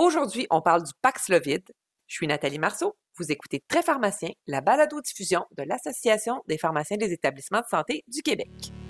Aujourd'hui, on parle du Paxlovid. Je suis Nathalie Marceau. Vous écoutez Très Pharmacien, la balado-diffusion de l'Association des pharmaciens des établissements de santé du Québec.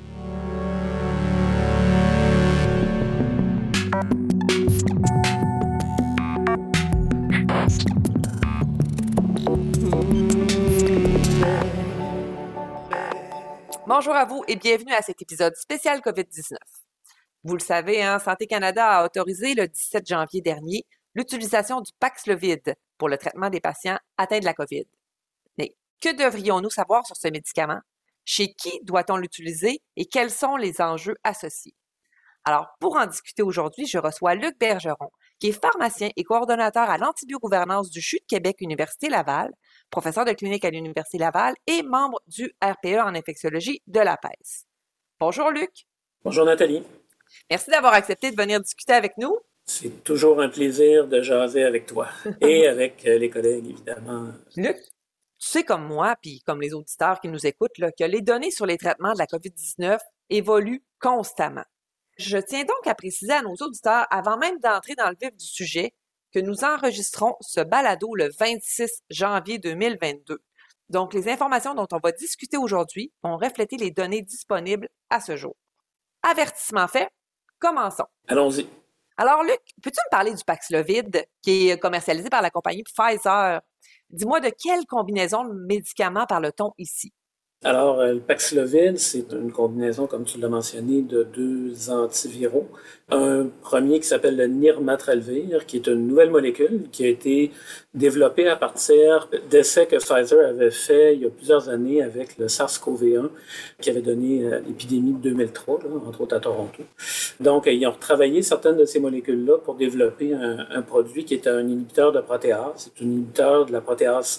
Bonjour à vous et bienvenue à cet épisode spécial COVID-19. Vous le savez, Santé Canada a autorisé le 17 janvier dernier l'utilisation du Paxlovid pour le traitement des patients atteints de la COVID. Mais que devrions-nous savoir sur ce médicament? Chez qui doit-on l'utiliser et quels sont les enjeux associés? Alors, pour en discuter aujourd'hui, je reçois Luc Bergeron, qui est pharmacien et coordonnateur à l'antibiogouvernance du CHU de Québec Université Laval, professeur de clinique à l'Université Laval et membre du RPE en infectiologie de l'APES. Bonjour Luc. Bonjour Nathalie. Merci d'avoir accepté de venir discuter avec nous. C'est toujours un plaisir de jaser avec toi et avec les collègues, évidemment. Luc, tu sais comme moi, puis comme les auditeurs qui nous écoutent, là, que les données sur les traitements de la COVID-19 évoluent constamment. Je tiens donc à préciser à nos auditeurs, avant même d'entrer dans le vif du sujet, que nous enregistrons ce balado le 26 janvier 2022. Donc, les informations dont on va discuter aujourd'hui vont refléter les données disponibles à ce jour. Avertissement fait, commençons. Allons-y. Alors, Luc, peux-tu me parler du Paxlovid qui est commercialisé par la compagnie Pfizer? Dis-moi de quelle combinaison de médicaments parle-t-on ici? Alors, le Paxlovid, c'est une combinaison, comme tu l'as mentionné, de deux antiviraux. Un premier qui s'appelle le nirmatrelvir, qui est une nouvelle molécule qui a été développée à partir d'essais que Pfizer avait fait il y a plusieurs années avec le SARS-CoV-1, qui avait donné l'épidémie de 2003, là, entre autres à Toronto. Donc, ils ont retravaillé certaines de ces molécules-là pour développer un produit qui est un inhibiteur de protéase. C'est un inhibiteur de la protéase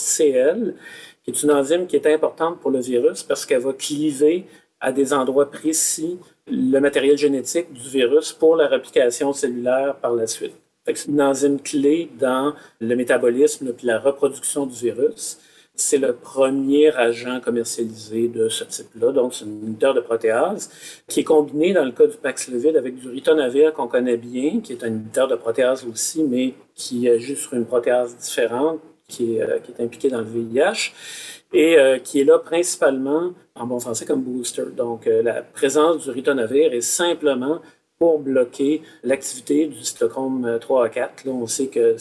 3CL, qui est une enzyme qui est importante pour le virus parce qu'elle va cliver à des endroits précis le matériel génétique du virus pour la réplication cellulaire par la suite. C'est une enzyme clé dans le métabolisme et la reproduction du virus. C'est le premier agent commercialisé de ce type-là, donc c'est un inhibiteur de protéase qui est combiné dans le cas du Paxlovid avec du ritonavir qu'on connaît bien, qui est un inhibiteur de protéase aussi, mais qui agit sur une protéase différente, qui est impliqué dans le VIH et qui est là principalement, en bon français, comme booster. Donc, la présence du ritonavir est simplement pour bloquer l'activité du cytochrome 3A4. Là, on sait que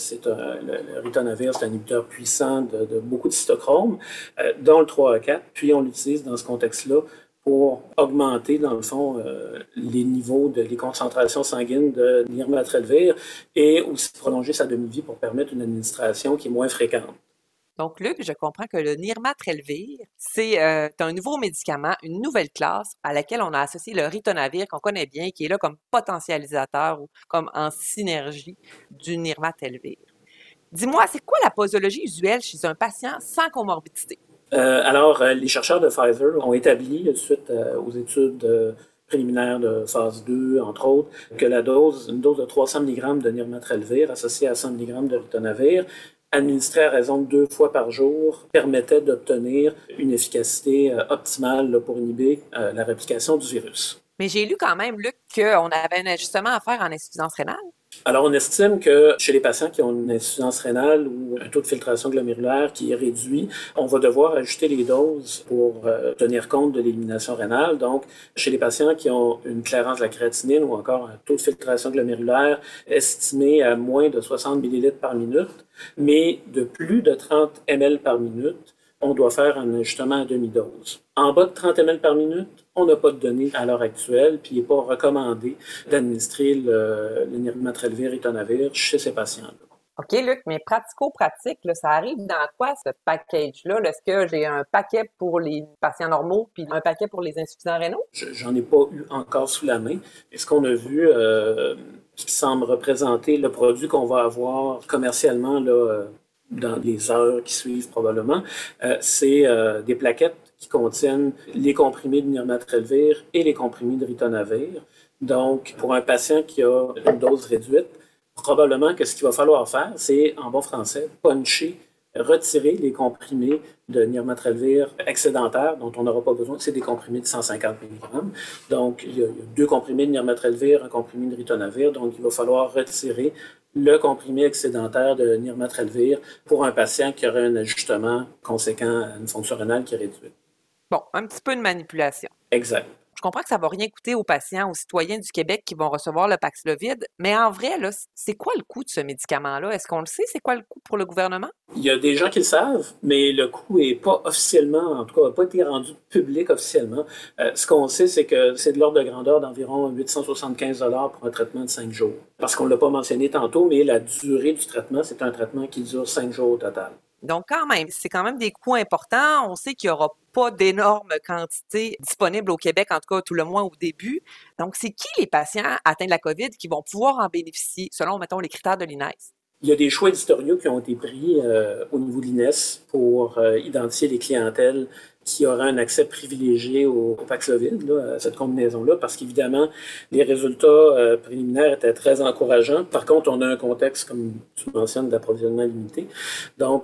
le ritonavir, c'est un inhibiteur puissant de beaucoup de cytochromes, dont le 3A4, puis on l'utilise dans ce contexte-là pour augmenter, dans le fond, les niveaux, les concentrations sanguines de nirmatrelvir et aussi prolonger sa demi-vie pour permettre une administration qui est moins fréquente. Donc, Luc, je comprends que le nirmatrelvir, c'est un nouveau médicament, une nouvelle classe à laquelle on a associé le ritonavir qu'on connaît bien, qui est là comme potentialisateur ou comme en synergie du nirmatrelvir. Dis-moi, c'est quoi la posologie usuelle chez un patient sans comorbidité? Alors, les chercheurs de Pfizer ont établi, suite aux études préliminaires de phase 2, entre autres, que une dose de 300 mg de nirmatrelvir associée à 100 mg de ritonavir, administrée à raison de 2 fois par jour, permettait d'obtenir une efficacité optimale pour inhiber la réplication du virus. Mais j'ai lu quand même, Luc, qu'on avait un ajustement à faire en insuffisance rénale. Alors, on estime que chez les patients qui ont une insuffisance rénale ou un taux de filtration glomérulaire qui est réduit, on va devoir ajuster les doses pour tenir compte de l'élimination rénale. Donc, chez les patients qui ont une clairance de la créatinine ou encore un taux de filtration glomérulaire estimé à moins de 60 ml par minute, mais de plus de 30 ml par minute, on doit faire un ajustement à demi-dose. En bas de 30 ml par minute, on n'a pas de données à l'heure actuelle, puis il n'est pas recommandé d'administrer le nirmatrelvir ritonavir chez ces patients-là. OK, Luc, mais pratico-pratique, là, ça arrive dans quoi, ce package-là? Est-ce que j'ai un paquet pour les patients normaux puis un paquet pour les insuffisants rénaux? J'en ai pas eu encore sous la main. Et ce qu'on a vu, qui semble représenter le produit qu'on va avoir commercialement là, dans les heures qui suivent probablement, c'est des plaquettes qui contiennent les comprimés de nirmatrelvir et les comprimés de ritonavir. Donc, pour un patient qui a une dose réduite, probablement que ce qu'il va falloir faire, c'est, en bon français, puncher retirer les comprimés de nirmatrelvir excédentaires dont on n'aura pas besoin. C'est des comprimés de 150 mg. Donc, il y a 2 comprimés de nirmatrelvir, un comprimé de ritonavir. Donc, il va falloir retirer le comprimé excédentaire de nirmatrelvir pour un patient qui aurait un ajustement conséquent à une fonction rénale qui est réduite. Bon, un petit peu de manipulation. Exact. Je comprends que ça ne va rien coûter aux patients, aux citoyens du Québec qui vont recevoir le Paxlovid, mais en vrai, là, c'est quoi le coût de ce médicament-là? Est-ce qu'on le sait? C'est quoi le coût pour le gouvernement? Il y a des gens qui le savent, mais le coût n'est pas officiellement, en tout cas, n'a pas été rendu public officiellement. Ce qu'on sait, c'est que c'est de l'ordre de grandeur d'environ 875 $ pour un traitement de 5 jours. Parce qu'on ne l'a pas mentionné tantôt, mais la durée du traitement, c'est un traitement qui dure 5 jours au total. Donc, quand même, c'est quand même des coûts importants. On sait qu'il n'y aura pas d'énormes quantités disponibles au Québec, en tout cas tout le moins au début. Donc, c'est qui les patients atteints de la COVID qui vont pouvoir en bénéficier selon, mettons, les critères de l'INES? Il y a des choix éditoriaux qui ont été pris au niveau de l'INES pour identifier les clientèles qui auraient un accès privilégié au Paxlovid, à cette combinaison-là, parce qu'évidemment, les résultats préliminaires étaient très encourageants. Par contre, on a un contexte, comme tu mentionnes, d'approvisionnement limité. Donc,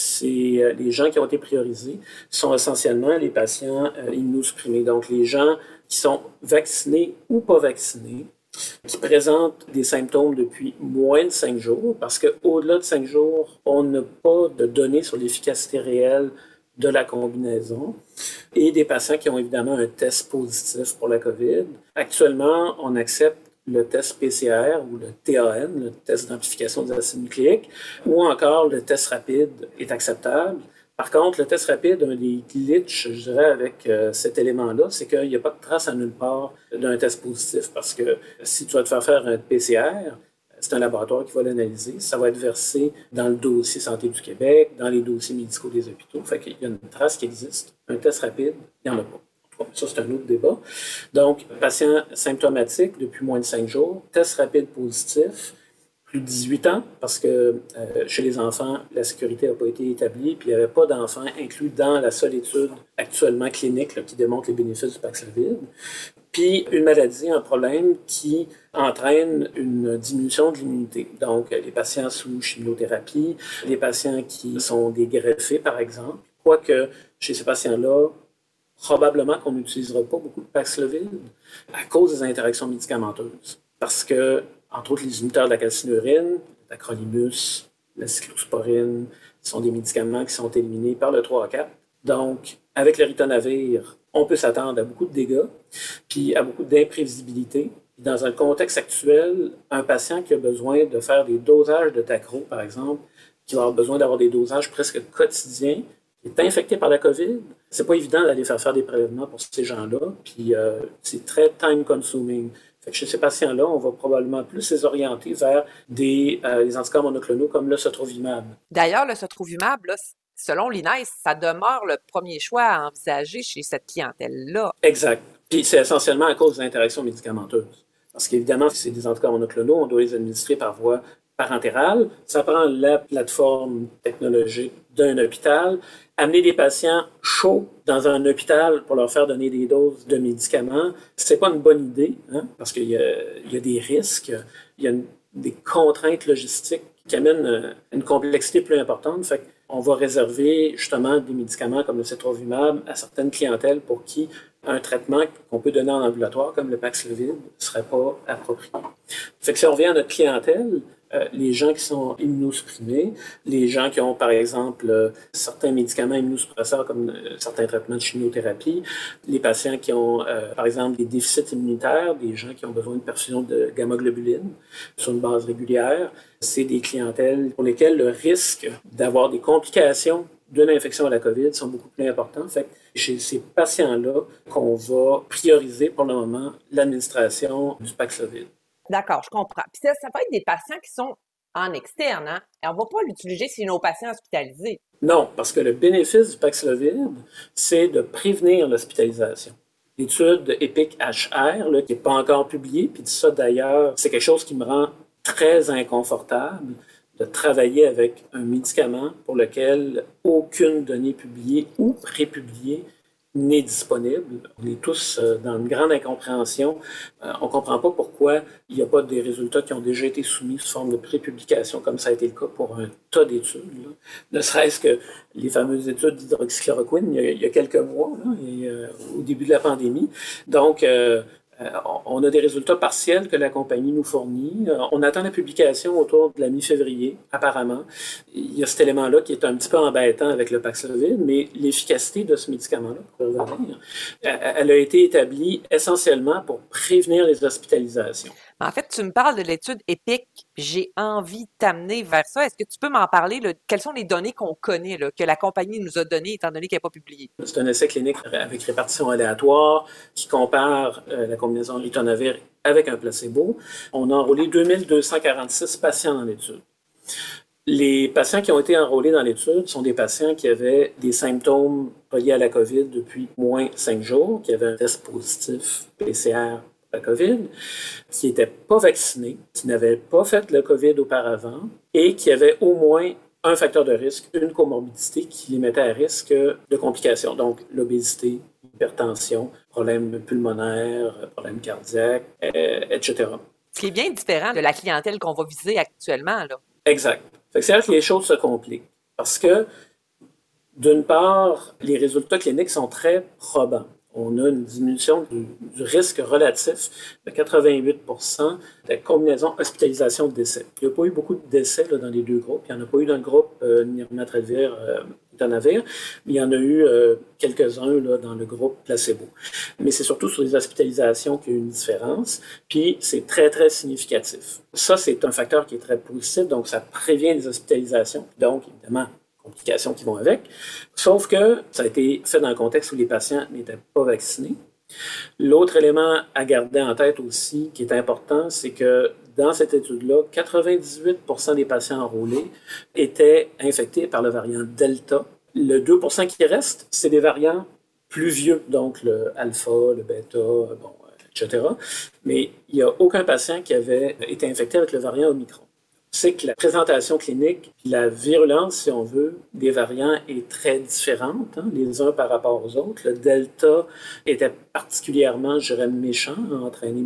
les gens qui ont été priorisés sont essentiellement les patients immunosupprimés. Donc, les gens qui sont vaccinés ou pas vaccinés, qui présentent des symptômes depuis moins de 5 jours, parce qu'au-delà de 5 jours, on n'a pas de données sur l'efficacité réelle de la combinaison, et des patients qui ont évidemment un test positif pour la COVID. Actuellement, on accepte le test PCR ou le TAN, le test d'amplification des acides nucléiques, ou encore le test rapide est acceptable. Par contre, le test rapide, un des glitches, je dirais, avec cet élément-là, c'est qu'il n'y a pas de trace à nulle part d'un test positif. Parce que si tu vas te faire un PCR, c'est un laboratoire qui va l'analyser. Ça va être versé dans le dossier Santé du Québec, dans les dossiers médicaux des hôpitaux. Fait qu'il y a une trace qui existe. Un test rapide, il n'y en a pas. Ça, c'est un autre débat. Donc, patient symptomatique depuis moins de 5 jours, test rapide positif, plus de 18 ans, parce que chez les enfants, la sécurité n'a pas été établie, puis il n'y avait pas d'enfants inclus dans la seule étude actuellement clinique là, qui démontre les bénéfices du Paxlovid. Puis une maladie, un problème qui entraîne une diminution de l'immunité. Donc, les patients sous chimiothérapie, les patients qui sont dégreffés, par exemple. Quoique, chez ces patients-là, probablement qu'on n'utilisera pas beaucoup de Paxlovid à cause des interactions médicamenteuses. Parce que, entre autres, les inhibiteurs de la calcinurine, l'acrolimus, la cyclosporine, sont des médicaments qui sont éliminés par le 3-4. Donc, avec le ritonavir, on peut s'attendre à beaucoup de dégâts, puis à beaucoup d'imprévisibilité. Dans un contexte actuel, un patient qui a besoin de faire des dosages de tacro, par exemple, qui va avoir besoin d'avoir des dosages presque quotidiens, qui est infecté par la COVID, c'est pas évident d'aller faire des prélèvements pour ces gens-là, puis c'est très time-consuming. Fait que chez ces patients-là, on va probablement plus les orienter vers des anticorps monoclonaux comme le sotrovimab. D'ailleurs, le sotrovimab, là, selon l'INES, ça demeure le premier choix à envisager chez cette clientèle-là. Exact. Puis c'est essentiellement à cause des interactions médicamenteuses. Parce qu'évidemment, si c'est des anticorps monoclonaux, on doit les administrer par voie parentérale. Ça prend la plateforme technologique d'un hôpital. Amener des patients chauds dans un hôpital pour leur faire donner des doses de médicaments, c'est pas une bonne idée, hein, parce qu'il y a des risques, il y a des contraintes logistiques qui amènent une complexité plus importante. Fait qu'on va réserver justement des médicaments comme le sotrovimab à certaines clientèles pour qui un traitement qu'on peut donner en ambulatoire, comme le Paxlovid, ne serait pas approprié. Fait que si on revient à notre clientèle, les gens qui sont immunosupprimés, les gens qui ont, par exemple, certains médicaments immunosuppresseurs comme certains traitements de chimiothérapie, les patients qui ont, par exemple, des déficits immunitaires, des gens qui ont besoin de perfusion de gamma-globuline sur une base régulière, c'est des clientèles pour lesquelles le risque d'avoir des complications de l'infection à la COVID sont beaucoup plus importants. Fait que chez ces patients-là qu'on va prioriser pour le moment l'administration du Paxlovid. D'accord, je comprends. Puis ça peut être des patients qui sont en externe, hein? Et on ne va pas l'utiliser chez nos patients hospitalisés. Non, parce que le bénéfice du Paxlovid, c'est de prévenir l'hospitalisation. L'étude EPIC-HR, là, qui n'est pas encore publiée, puis ça d'ailleurs, c'est quelque chose qui me rend très inconfortable de travailler avec un médicament pour lequel aucune donnée publiée ou prépubliée n'est disponible. On est tous dans une grande incompréhension. On ne comprend pas pourquoi il n'y a pas des résultats qui ont déjà été soumis sous forme de prépublication, comme ça a été le cas pour un tas d'études. Là. Ne serait-ce que les fameuses études d'hydroxychloroquine il y a quelques mois, là, au début de la pandémie. Donc, on a des résultats partiels que la compagnie nous fournit. On attend la publication autour de la mi-février, apparemment. Il y a cet élément-là qui est un petit peu embêtant avec le Paxlovid, mais l'efficacité de ce médicament-là, pour revenir, elle a été établie essentiellement pour prévenir les hospitalisations. En fait, tu me parles de l'étude EPIC, puis j'ai envie de t'amener vers ça. Est-ce que tu peux m'en parler? Là? Quelles sont les données qu'on connaît, là, que la compagnie nous a données, étant donné qu'elle n'est pas publiée? C'est un essai clinique avec répartition aléatoire qui compare la combinaison ritonavir avec un placebo. On a enrôlé 2246 patients dans l'étude. Les patients qui ont été enrôlés dans l'étude sont des patients qui avaient des symptômes reliés à la COVID depuis moins 5 jours, qui avaient un test positif PCR la COVID, qui n'étaient pas vaccinés, qui n'avaient pas fait le COVID auparavant et qui avaient au moins un facteur de risque, une comorbidité qui les mettait à risque de complications. Donc, l'obésité, l'hypertension, problèmes pulmonaires, problèmes cardiaques, etc. Ce qui est bien différent de la clientèle qu'on va viser actuellement, là. Exact. C'est là que les choses se compliquent. Parce que, d'une part, les résultats cliniques sont très probants. On a une diminution du risque relatif de 88% de combinaison hospitalisation-décès. Il n'y a pas eu beaucoup de décès là, dans les deux groupes. Il n'y en a pas eu dans le groupe nirmatrelvir, ritonavir, mais il y en a eu quelques-uns là, dans le groupe placebo. Mais c'est surtout sur les hospitalisations qu'il y a eu une différence, puis c'est très, très significatif. Ça, c'est un facteur qui est très positif, donc ça prévient les hospitalisations. Donc, évidemment, complications qui vont avec, sauf que ça a été fait dans le contexte où les patients n'étaient pas vaccinés. L'autre élément à garder en tête aussi, qui est important, c'est que dans cette étude-là, 98% des patients enrôlés étaient infectés par le variant Delta. Le 2% qui reste, c'est des variants plus vieux, donc le alpha, le bêta, bon, etc. Mais il n'y a aucun patient qui avait été infecté avec le variant Omicron. C'est que la présentation clinique, la virulence, si on veut, des variants est très différente, hein, les uns par rapport aux autres. Le Delta était particulièrement, je dirais, méchant, a entraîné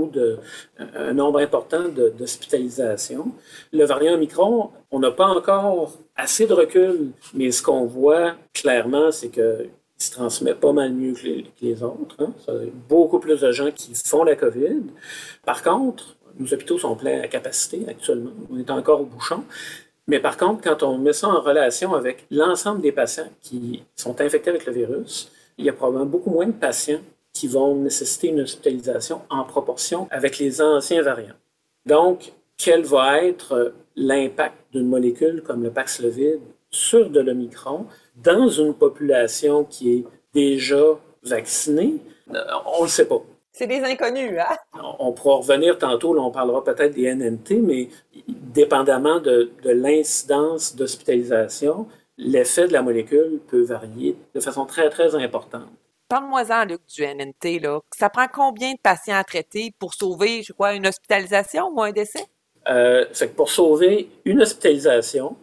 un nombre important d'hospitalisations. Le variant Omicron, on n'a pas encore assez de recul, mais ce qu'on voit clairement, c'est que il se transmet pas mal mieux que les autres. Hein. Il y a beaucoup plus de gens qui font la COVID. Par contre, nos hôpitaux sont pleins à capacité actuellement. On est encore au bouchon. Mais par contre, quand on met ça en relation avec l'ensemble des patients qui sont infectés avec le virus, il y a probablement beaucoup moins de patients qui vont nécessiter une hospitalisation en proportion avec les anciens variants. Donc, quel va être l'impact d'une molécule comme le Paxlovid sur de l'Omicron dans une population qui est déjà vaccinée? On ne le sait pas. C'est des inconnus, hein? On pourra revenir tantôt, là, on parlera peut-être des NNT, mais dépendamment de l'incidence d'hospitalisation, l'effet de la molécule peut varier de façon très, très importante. Parle-moi-en, Luc, du NNT, là. Ça prend combien de patients à traiter pour sauver, je crois, une hospitalisation ou un décès? Fait que pour sauver une hospitalisation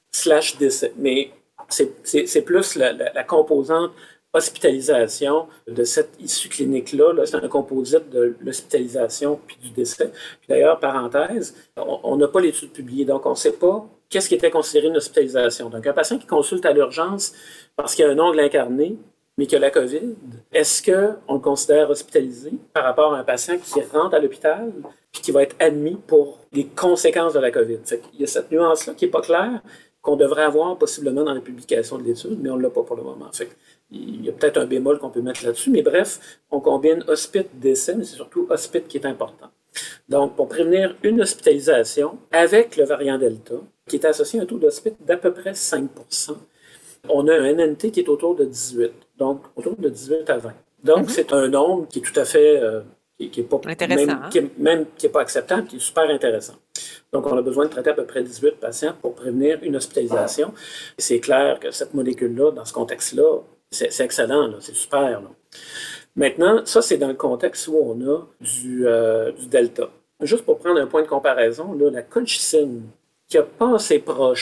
/ décès, mais c'est plus la composante hospitalisation de cette issue clinique-là. Là, c'est un composite de l'hospitalisation puis du décès. Puis d'ailleurs, parenthèse, on n'a pas l'étude publiée, donc on ne sait pas qu'est-ce qui était considéré une hospitalisation. Donc, un patient qui consulte à l'urgence parce qu'il a un ongle incarné, mais qui a la COVID, est-ce qu'on le considère hospitalisé par rapport à un patient qui rentre à l'hôpital puis qui va être admis pour les conséquences de la COVID? Fait qu'il y a cette nuance-là qui n'est pas claire, qu'on devrait avoir possiblement dans la publication de l'étude, mais on ne l'a pas pour le moment. Fait il y a peut-être un bémol qu'on peut mettre là-dessus, mais bref, on combine hospite-décès, mais c'est surtout hospite qui est important. Donc, pour prévenir une hospitalisation avec le variant Delta, qui est associé à un taux d'hospite d'à peu près 5%, on a un NNT qui est autour de 18, donc autour de 18 à 20. Donc, c'est un nombre qui est tout à fait, qui est pas, même, qui est pas acceptable, qui est super intéressant. Donc, on a besoin de traiter à peu près 18 patients pour prévenir une hospitalisation. Et c'est clair que cette molécule-là, dans ce contexte-là, c'est excellent, là, c'est super. Là. Maintenant, ça, c'est dans le contexte où on a du Delta. Juste pour prendre un point de comparaison, là, la colchicine, qui n'a pas assez proche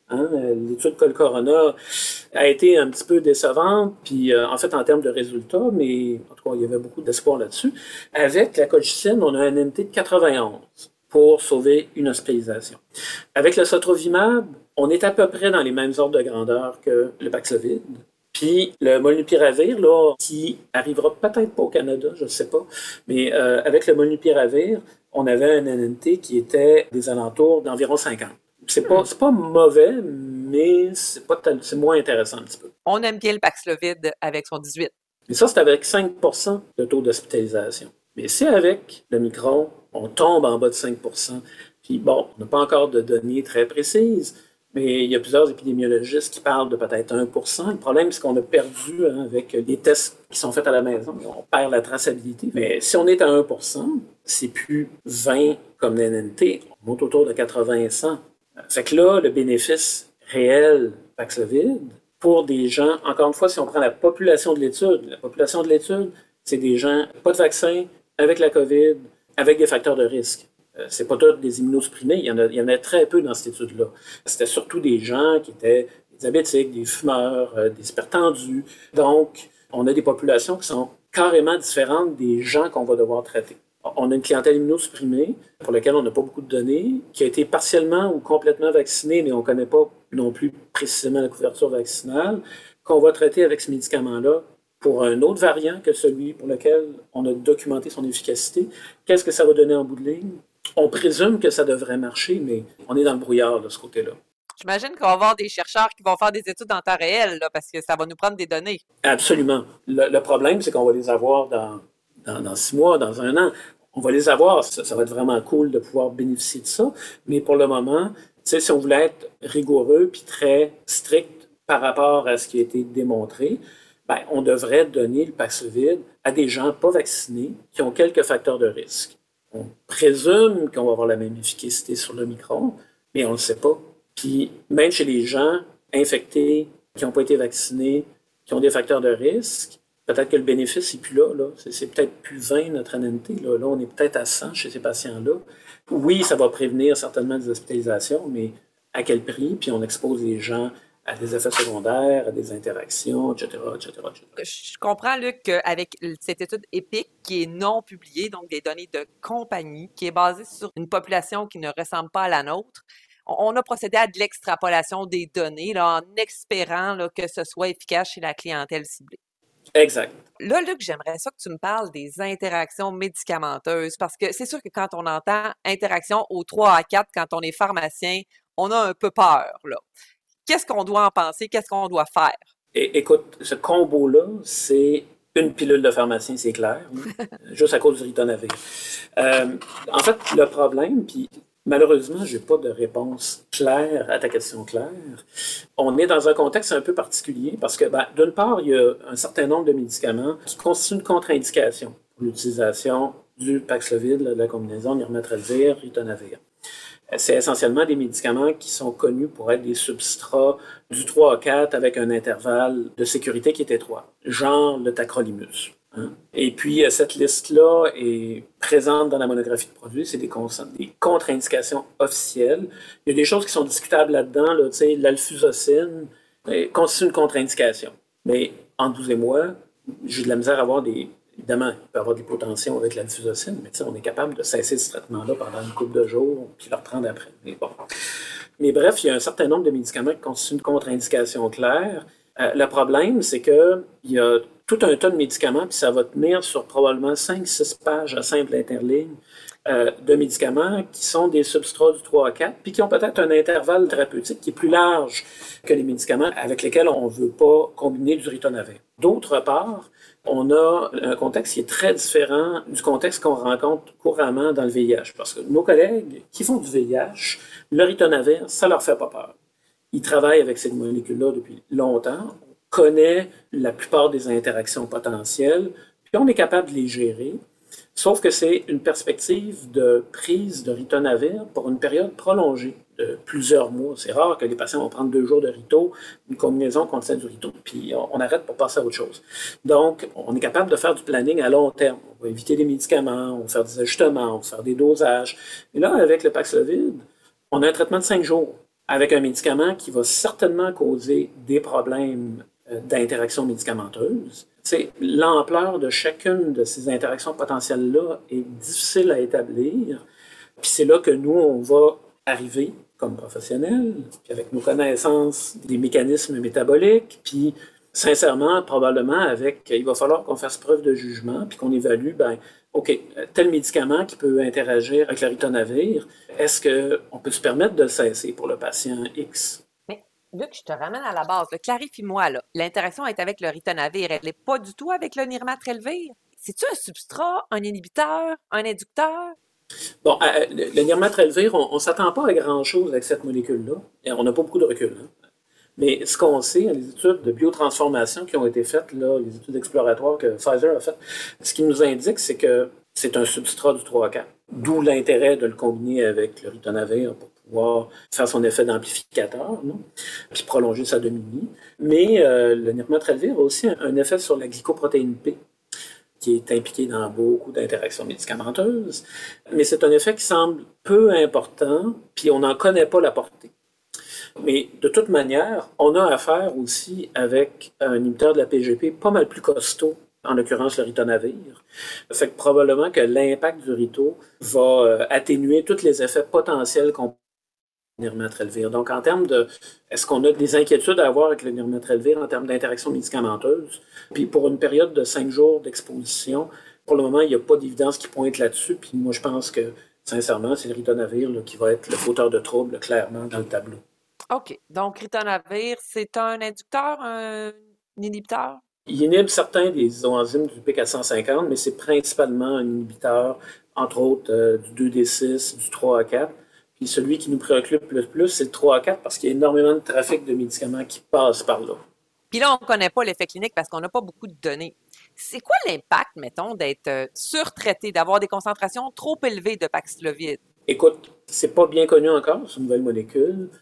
Hein? L'étude Col-Corona a été un petit peu décevante, puis en fait en termes de résultats, mais en tout cas il y avait beaucoup d'espoir là-dessus. Avec la colchicine, on a un NNT de 91 pour sauver une hospitalisation. Avec le sotrovimab, on est à peu près dans les mêmes ordres de grandeur que le Paxlovid. Puis le molnupiravir, là, qui arrivera peut-être pas au Canada, je ne sais pas, mais avec le molnupiravir, on avait un NNT qui était des alentours d'environ 50. C'est pas mauvais, mais c'est moins intéressant un petit peu. On aime bien le Paxlovid avec son 18. Et ça, c'est avec 5% de taux d'hospitalisation. Mais si avec le micron, on tombe en bas de 5%, puis bon, on n'a pas encore de données très précises, mais il y a plusieurs épidémiologistes qui parlent de peut-être 1%. Le problème, c'est qu'on a perdu avec les tests qui sont faits à la maison. On perd la traçabilité. Mais si on est à 1%, c'est plus 20 comme l'NNT. On monte autour de 80 et 100. Fait que là, le bénéfice réel Paxlovid, pour des gens, encore une fois, si on prend la population de l'étude, c'est des gens, pas de vaccin, avec la COVID, avec des facteurs de risque. C'est pas tous des immunosupprimés, il y en a très peu dans cette étude-là. C'était surtout des gens qui étaient des diabétiques, des fumeurs, des hypertendus. Donc, on a des populations qui sont carrément différentes des gens qu'on va devoir traiter. On a une clientèle immunosupprimée pour laquelle on n'a pas beaucoup de données, qui a été partiellement ou complètement vaccinée, mais on ne connaît pas non plus précisément la couverture vaccinale, qu'on va traiter avec ce médicament-là pour un autre variant que celui pour lequel on a documenté son efficacité. Qu'est-ce que ça va donner en bout de ligne? On présume que ça devrait marcher, mais on est dans le brouillard de ce côté-là. J'imagine qu'on va avoir des chercheurs qui vont faire des études en temps réel, là, parce que ça va nous prendre des données. Absolument. Le problème, c'est qu'on va les avoir dans 6 mois, dans 1 an. On va les avoir. Ça va être vraiment cool de pouvoir bénéficier de ça. Mais pour le moment, si on voulait être rigoureux puis très strict par rapport à ce qui a été démontré, ben, on devrait donner le Paxlovid à des gens pas vaccinés qui ont quelques facteurs de risque. On présume qu'on va avoir la même efficacité sur le micron, mais on ne le sait pas. Puis même chez les gens infectés qui n'ont pas été vaccinés, qui ont des facteurs de risque, peut-être que le bénéfice n'est plus là. C'est peut-être plus 20 notre NNT. Là, on est peut-être à 100 chez ces patients-là. Oui, ça va prévenir certainement des hospitalisations, mais à quel prix? Puis on expose les gens à des effets secondaires, à des interactions, etc., etc., etc. Je comprends, Luc, qu'avec cette étude EPIC qui est non publiée, donc des données de compagnie, qui est basée sur une population qui ne ressemble pas à la nôtre, on a procédé à de l'extrapolation des données là, en espérant là, que ce soit efficace chez la clientèle ciblée. Exact. Là, Luc, j'aimerais ça que tu me parles des interactions médicamenteuses, parce que c'est sûr que quand on entend interaction au 3 à 4, quand on est pharmacien, on a un peu peur, là. Qu'est-ce qu'on doit en penser? Qu'est-ce qu'on doit faire? Écoute, ce combo-là, c'est une pilule de pharmacien, c'est clair, juste à cause du ritonavir. En fait, le problème, puis malheureusement, je n'ai pas de réponse claire à ta question claire. On est dans un contexte un peu particulier parce que, d'une part, il y a un certain nombre de médicaments qui constituent une contre-indication pour l'utilisation du Paxlovid, de la combinaison nirmatrelvir, ritonavir. C'est essentiellement des médicaments qui sont connus pour être des substrats du 3 à 4 avec un intervalle de sécurité qui est étroit, genre le tacrolimus. Hein? Et puis, cette liste-là est présente dans la monographie de produits, c'est des contre-indications officielles. Il y a des choses qui sont discutables là-dedans, là, l'alfusocine constitue une contre-indication. Mais entre vous et moi, j'ai de la misère à avoir Évidemment, il peut y avoir des potentiels avec l'alfusocine, mais on est capable de cesser ce traitement-là pendant une couple de jours, puis le reprendre après. Mais bon. Mais bref, il y a un certain nombre de médicaments qui constituent une contre-indication claire. Le problème, c'est qu'il y a tout un tas de médicaments, puis ça va tenir sur probablement 5-6 pages à simple interligne de médicaments qui sont des substrats du 3 à 4, puis qui ont peut-être un intervalle thérapeutique qui est plus large que les médicaments avec lesquels on ne veut pas combiner du ritonavir. D'autre part, on a un contexte qui est très différent du contexte qu'on rencontre couramment dans le VIH. Parce que nos collègues qui font du VIH, le ritonavir, ça ne leur fait pas peur. Ils travaillent avec cette molécule-là depuis longtemps. On connaît la plupart des interactions potentielles, puis on est capable de les gérer. Sauf que c'est une perspective de prise de ritonavir pour une période prolongée de plusieurs mois. C'est rare que les patients vont prendre 2 jours de rito, une combinaison contre celle du rito, puis on arrête pour passer à autre chose. Donc, on est capable de faire du planning à long terme. On va éviter les médicaments, on va faire des ajustements, on va faire des dosages. Et là, avec le Paxlovid, on a un traitement de 5 jours. avec un médicament qui va certainement causer des problèmes d'interaction médicamenteuse. L'ampleur de chacune de ces interactions potentielles-là est difficile à établir. Puis c'est là que nous, on va arriver comme professionnels, puis avec nos connaissances des mécanismes métaboliques, puis sincèrement, probablement, il va falloir qu'on fasse preuve de jugement, puis qu'on évalue, OK, tel médicament qui peut interagir avec le ritonavir, est-ce qu'on peut se permettre de le cesser pour le patient X? Mais Luc, je te ramène à la base. Clarifie-moi, là. L'interaction est avec le ritonavir. Elle n'est pas du tout avec le nirmatrelvir. C'est-tu un substrat, un inhibiteur, un inducteur? Bon, le nirmatrelvir, on ne s'attend pas à grand-chose avec cette molécule-là. Et on n'a pas beaucoup de recul. Hein? Mais ce qu'on sait, les études de biotransformation qui ont été faites, là, les études exploratoires que Pfizer a faites, ce qui nous indique, c'est que c'est un substrat du 3-4. D'où l'intérêt de le combiner avec le ritonavir pour pouvoir faire son effet d'amplificateur, puis prolonger sa demi-vie. Mais le nirmatrelvir a aussi un effet sur la glycoprotéine P, qui est impliqué dans beaucoup d'interactions médicamenteuses. Mais c'est un effet qui semble peu important, puis on n'en connaît pas la portée. Mais de toute manière, on a affaire aussi avec un inhibiteur de la PGP pas mal plus costaud, en l'occurrence le ritonavir. Fait que probablement que l'impact du rito va atténuer tous les effets potentiels qu'on nirmatrelvir. Donc, en termes de... Est-ce qu'on a des inquiétudes à avoir avec le nirmatrelvir en termes d'interaction médicamenteuse? Puis pour une période de 5 jours d'exposition, pour le moment, il n'y a pas d'évidence qui pointe là-dessus. Puis moi, je pense que, sincèrement, c'est le ritonavir qui va être le fauteur de troubles, clairement, dans le tableau. OK. Donc, ritonavir, c'est un inducteur, un inhibiteur? Il inhibe certains des enzymes du P450, mais c'est principalement un inhibiteur, entre autres, du 2D6, du 3A4. Puis celui qui nous préoccupe le plus, c'est le 3A4 parce qu'il y a énormément de trafic de médicaments qui passent par là. Puis là, on ne connaît pas l'effet clinique parce qu'on n'a pas beaucoup de données. C'est quoi l'impact, mettons, d'être surtraité, d'avoir des concentrations trop élevées de Paxlovid? Écoute, c'est pas bien connu encore, cette nouvelle molécule.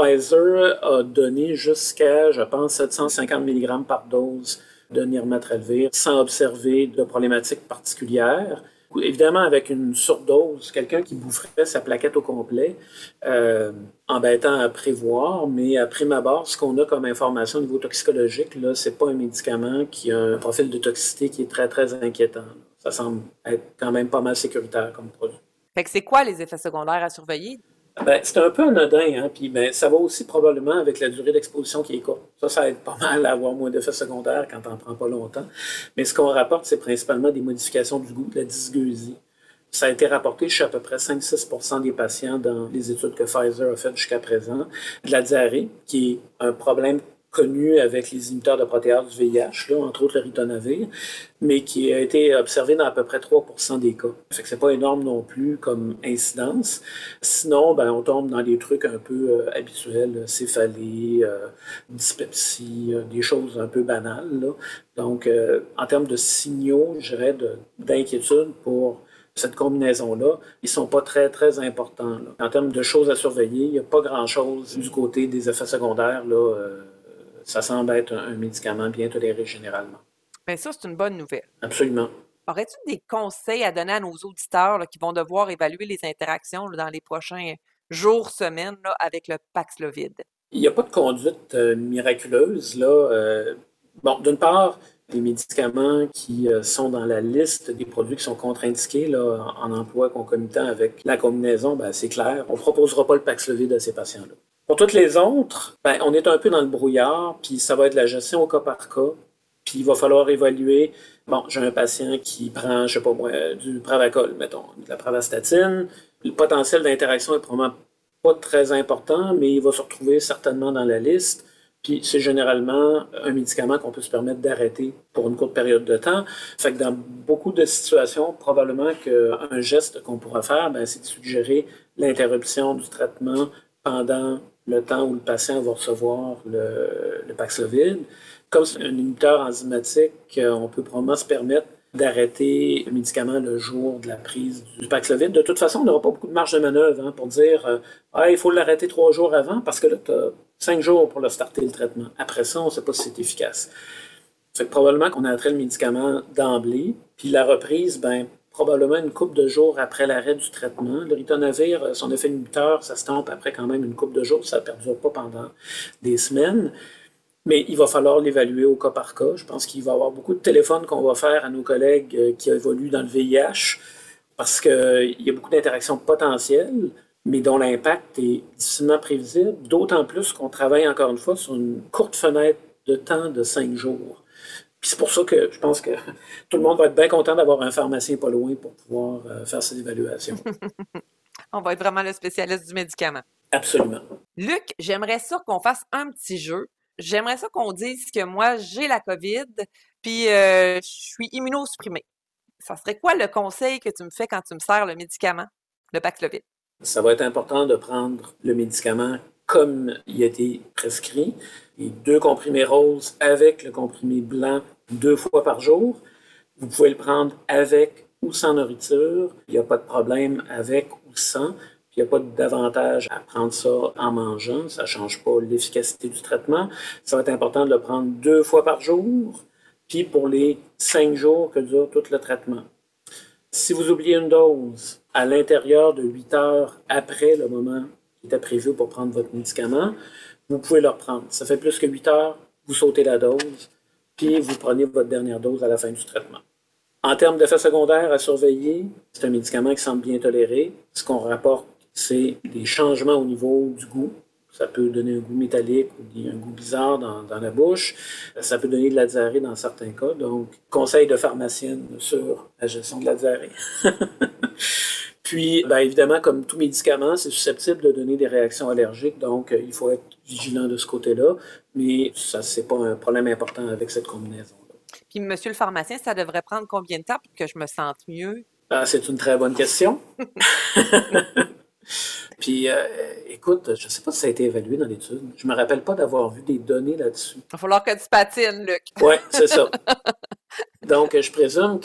Pfizer a donné jusqu'à, je pense, 750 mg par dose de nirmatrelvir sans observer de problématiques particulières. Évidemment, avec une surdose, quelqu'un qui boufferait sa plaquette au complet, embêtant à prévoir, mais à prime abord, ce qu'on a comme information au niveau toxicologique, là, c'est pas un médicament qui a un profil de toxicité qui est très, très inquiétant. Ça semble être quand même pas mal sécuritaire comme produit. Fait que c'est quoi les effets secondaires à surveiller? C'est un peu anodin, hein? Puis ça va aussi probablement avec la durée d'exposition qui est courte. Ça aide pas mal à avoir moins d'effets secondaires quand on n'en prend pas longtemps. Mais ce qu'on rapporte, c'est principalement des modifications du goût, de la dysgeusie. Ça a été rapporté chez à peu près 5-6% des patients dans les études que Pfizer a faites jusqu'à présent. De la diarrhée, qui est un problème connu avec les inhibiteurs de protéase du VIH, là, entre autres le ritonavir, mais qui a été observé dans à peu près 3% des cas. Fait que c'est pas énorme non plus comme incidence. Sinon, on tombe dans des trucs un peu habituels, céphalée, dyspepsie, des choses un peu banales, là. Donc, en termes de signaux, je dirais, d'inquiétude pour cette combinaison-là, ils ne sont pas très, très importants, là. En termes de choses à surveiller, il n'y a pas grand-chose du côté des effets secondaires, là. Ça semble être un médicament bien toléré généralement. Bien, ça, c'est une bonne nouvelle. Absolument. Aurais-tu des conseils à donner à nos auditeurs là, qui vont devoir évaluer les interactions là, dans les prochains jours, semaines là, avec le Paxlovid? Il n'y a pas de conduite miraculeuse, là. D'une part, les médicaments qui sont dans la liste des produits qui sont contre-indiqués là, en emploi concomitant avec la combinaison, c'est clair. On ne proposera pas le Paxlovid à ces patients-là. Pour toutes les autres, on est un peu dans le brouillard, puis ça va être la gestion au cas par cas. Puis il va falloir évaluer, j'ai un patient qui prend, je sais pas moi, du Pravachol, mettons, de la pravastatine. Le potentiel d'interaction est probablement pas très important, mais il va se retrouver certainement dans la liste. Puis c'est généralement un médicament qu'on peut se permettre d'arrêter pour une courte période de temps. Fait que dans beaucoup de situations, probablement qu'un geste qu'on pourra faire, c'est de suggérer l'interruption du traitement pendant le temps où le patient va recevoir le Paxlovid. Comme c'est un inhibiteur enzymatique, on peut probablement se permettre d'arrêter le médicament le jour de la prise du Paxlovid. De toute façon, on n'aura pas beaucoup de marge de manœuvre pour dire il faut l'arrêter 3 jours avant parce que là, tu as 5 jours pour le starter le traitement. Après ça, on ne sait pas si c'est efficace. Fait que probablement qu'on arrêterait le médicament d'emblée, puis la reprise, probablement une couple de jours après l'arrêt du traitement. Le ritonavir, son effet inhibiteur, ça se tombe après quand même une couple de jours, ça ne perdure pas pendant des semaines. Mais il va falloir l'évaluer au cas par cas. Je pense qu'il va y avoir beaucoup de téléphones qu'on va faire à nos collègues qui évoluent dans le VIH parce qu'il y a beaucoup d'interactions potentielles, mais dont l'impact est difficilement prévisible, d'autant plus qu'on travaille encore une fois sur une courte fenêtre de temps de 5 jours. Puis c'est pour ça que je pense que tout le monde va être bien content d'avoir un pharmacien pas loin pour pouvoir faire ces évaluations. On va être vraiment le spécialiste du médicament. Absolument. Luc, j'aimerais ça qu'on fasse un petit jeu. J'aimerais ça qu'on dise que moi, j'ai la COVID, puis je suis immunosupprimée. Ça serait quoi le conseil que tu me fais quand tu me sers le médicament, le Paxlovid? Ça va être important de prendre le médicament comme il a été prescrit. Les 2 comprimés roses avec le comprimé blanc 2 fois par jour. Vous pouvez le prendre avec ou sans nourriture. Il n'y a pas de problème avec ou sans. Il n'y a pas d'avantage à prendre ça en mangeant. Ça ne change pas l'efficacité du traitement. Ça va être important de le prendre 2 fois par jour, puis pour les 5 jours que dure tout le traitement. Si vous oubliez une dose à l'intérieur de 8 heures après le moment qui était prévu pour prendre votre médicament, vous pouvez le reprendre. Ça fait plus que 8 heures, vous sautez la dose, puis vous prenez votre dernière dose à la fin du traitement. En termes d'effets secondaires à surveiller, c'est un médicament qui semble bien toléré. Ce qu'on rapporte, c'est des changements au niveau du goût. Ça peut donner un goût métallique ou un goût bizarre dans la bouche. Ça peut donner de la diarrhée dans certains cas. Donc, conseil de pharmacienne sur la gestion de la diarrhée. Puis, évidemment, comme tout médicament, c'est susceptible de donner des réactions allergiques. Donc, il faut être vigilant de ce côté-là. Mais ça, c'est pas un problème important avec cette combinaison-là. Puis, monsieur le pharmacien, ça devrait prendre combien de temps pour que je me sente mieux? C'est une très bonne question. Puis, écoute, je ne sais pas si ça a été évalué dans l'étude. Je ne me rappelle pas d'avoir vu des données là-dessus. Il va falloir que tu patines, Luc. Oui, c'est ça. Donc, je présume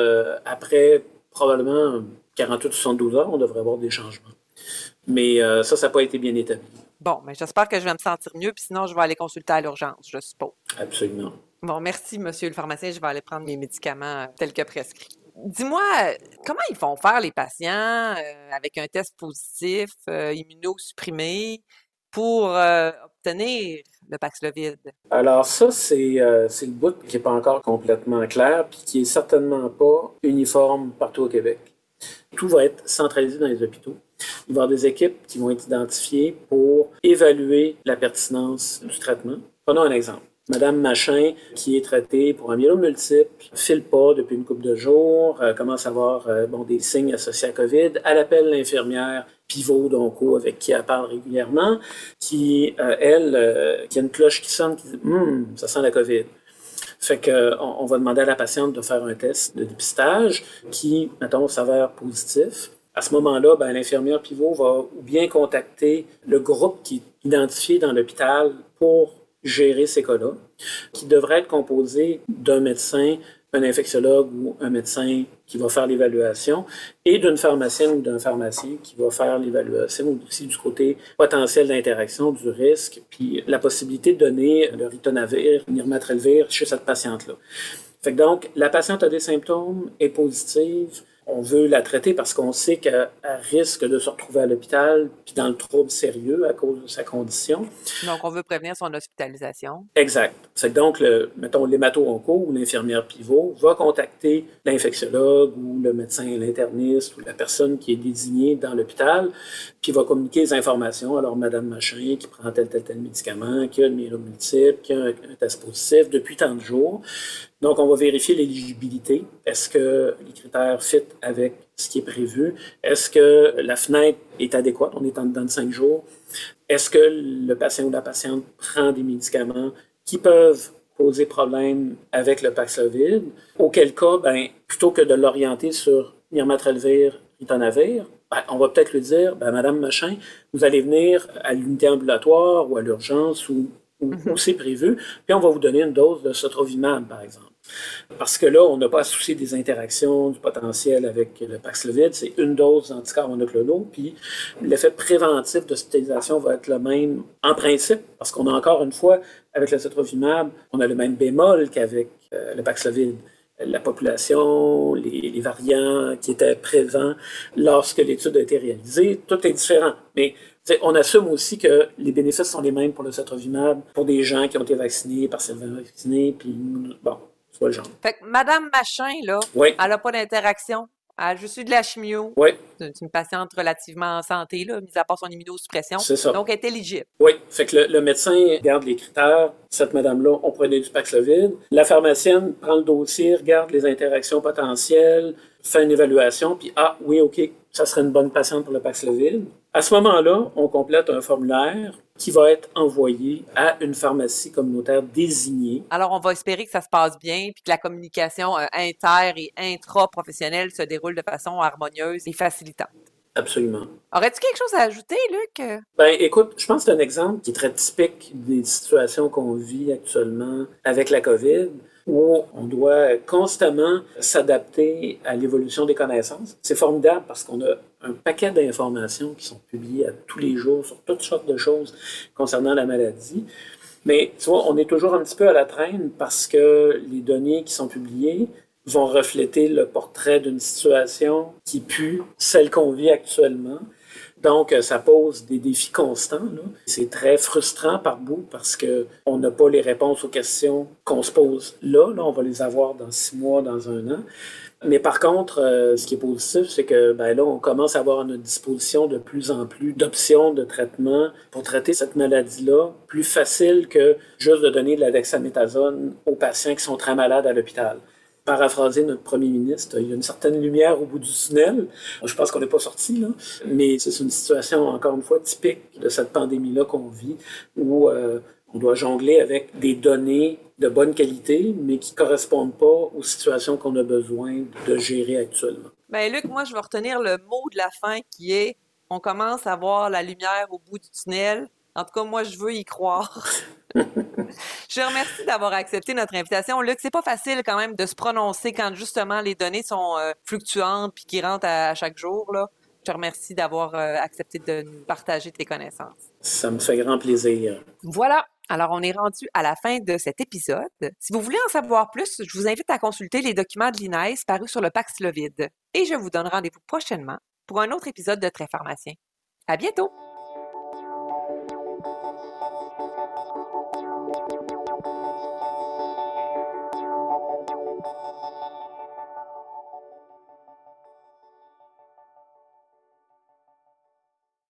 qu'après probablement 48 ou 72 heures, on devrait avoir des changements. Mais ça n'a pas été bien établi. Bon, mais j'espère que je vais me sentir mieux, puis sinon, je vais aller consulter à l'urgence, je suppose. Absolument. Bon, merci, monsieur le pharmacien. Je vais aller prendre mes médicaments tels que prescrits. Dis-moi, comment ils font faire les patients avec un test positif, immunosupprimé, pour obtenir le Paxlovid? Alors ça, c'est le bout qui n'est pas encore complètement clair puis qui est certainement pas uniforme partout au Québec. Tout va être centralisé dans les hôpitaux. Il va y avoir des équipes qui vont être identifiées pour évaluer la pertinence du traitement. Prenons un exemple. Madame Machin, qui est traitée pour un myélome multiple, file pas depuis une couple de jours, commence à avoir des signes associés à COVID. Elle appelle l'infirmière pivot d'onco avec qui elle parle régulièrement, qui, qui a une cloche qui sonne, qui dit « ça sent la COVID ». Fait qu'on va demander à la patiente de faire un test de dépistage qui, mettons, s'avère positif. À ce moment-là, l'infirmière pivot va ou bien contacter le groupe qui est identifié dans l'hôpital pour gérer ces cas-là, qui devrait être composé d'un médecin, un infectiologue ou un médecin qui va faire l'évaluation et d'une pharmacienne ou d'un pharmacien qui va faire l'évaluation aussi du côté potentiel d'interaction, du risque, puis la possibilité de donner le ritonavir, nirmatrelvir chez cette patiente-là. Fait que donc, la patiente a des symptômes, est positive, on veut la traiter parce qu'on sait qu'elle risque de se retrouver à l'hôpital puis dans le trouble sérieux à cause de sa condition. Donc, on veut prévenir son hospitalisation. Exact. C'est donc, mettons, l'hémato-onco ou l'infirmière pivot va contacter l'infectiologue ou le médecin, l'interniste ou la personne qui est désignée dans l'hôpital puis va communiquer les informations. Alors, Madame Machin qui prend tel médicament, qui a le myélome multiple, qui a un test positif depuis tant de jours. Donc, on va vérifier l'éligibilité. Est-ce que les critères fit avec ce qui est prévu? Est-ce que la fenêtre est adéquate? On est en dedans de 5 jours. Est-ce que le patient ou la patiente prend des médicaments qui peuvent poser problème avec le Paxlovid? Auquel cas, plutôt que de l'orienter sur nirmatrelvir, ritonavir, on va peut-être lui dire, Madame Machin, vous allez venir à l'unité ambulatoire ou à l'urgence où c'est prévu, puis on va vous donner une dose de sotrovimab, par exemple. Parce que là, on n'a pas à soucier des interactions, du potentiel avec le Paxlovid. C'est une dose d'anticorps monoclonaux, puis l'effet préventif d'hospitalisation va être le même en principe, parce qu'on a encore une fois, avec le sotrovimab, on a le même bémol qu'avec le Paxlovid. la population, les variants qui étaient présents lorsque l'étude a été réalisée, tout est différent. Mais on assume aussi que les bénéfices sont les mêmes pour le sotrovimab, pour des gens qui ont été vaccinés, partiellement vaccinés, puis bon, c'est pas le genre. Fait que Madame Machin, là, Oui. elle n'a pas d'interaction. Elle a juste eu de la chimio. Oui. C'est une patiente relativement en santé, là, mis à part son immunosuppression. C'est ça. Donc, elle est éligible. Oui. Fait que le médecin garde les critères. Cette madame-là, on prenait du Paxlovid. La pharmacienne prend le dossier, regarde les interactions potentielles, fait une évaluation, puis oui, OK, ça serait une bonne patiente pour le Paxlovid. À ce moment-là, on complète un formulaire qui va être envoyé à une pharmacie communautaire désignée. Alors, on va espérer que ça se passe bien puis que la communication inter- et intra-professionnelle se déroule de façon harmonieuse et facilitante. Absolument. Aurais-tu quelque chose à ajouter, Luc? Ben, écoute, je pense que c'est un exemple qui est très typique des situations qu'on vit actuellement avec la COVID, où on doit constamment s'adapter à l'évolution des connaissances. C'est formidable parce qu'on a un paquet d'informations qui sont publiées à tous les jours sur toutes sortes de choses concernant la maladie. Mais tu vois, on est toujours un petit peu à la traîne parce que les données qui sont publiées vont refléter le portrait d'une situation qui pue celle qu'on vit actuellement. Donc, ça pose des défis constants, là. C'est très frustrant par bout parce qu'on n'a pas les réponses aux questions qu'on se pose là. On va les avoir dans 6 mois, dans 1 an. Mais par contre, ce qui est positif, c'est que là, on commence à avoir à notre disposition de plus en plus d'options de traitement pour traiter cette maladie-là, plus facile que juste de donner de la dexaméthasone aux patients qui sont très malades à l'hôpital. Paraphraser notre premier ministre, il y a une certaine lumière au bout du tunnel. Je pense qu'on n'est pas sorti, là, mais c'est une situation, encore une fois, typique de cette pandémie-là qu'on vit, où on doit jongler avec des données de bonne qualité, mais qui ne correspondent pas aux situations qu'on a besoin de gérer actuellement. Ben Luc, moi, je vais retenir le mot de la fin qui est « On commence à voir la lumière au bout du tunnel ». En tout cas, moi, je veux y croire. Je te remercie d'avoir accepté notre invitation. Luc, c'est pas facile quand même de se prononcer quand justement les données sont fluctuantes puis qui rentrent à chaque jour, là. Je te remercie d'avoir accepté de nous partager tes connaissances. Ça me fait grand plaisir. Voilà. Alors, on est rendu à la fin de cet épisode. Si vous voulez en savoir plus, je vous invite à consulter les documents de l'INES parus sur le Paxlovid. Et je vous donne rendez-vous prochainement pour un autre épisode de Très Pharmacien. À bientôt!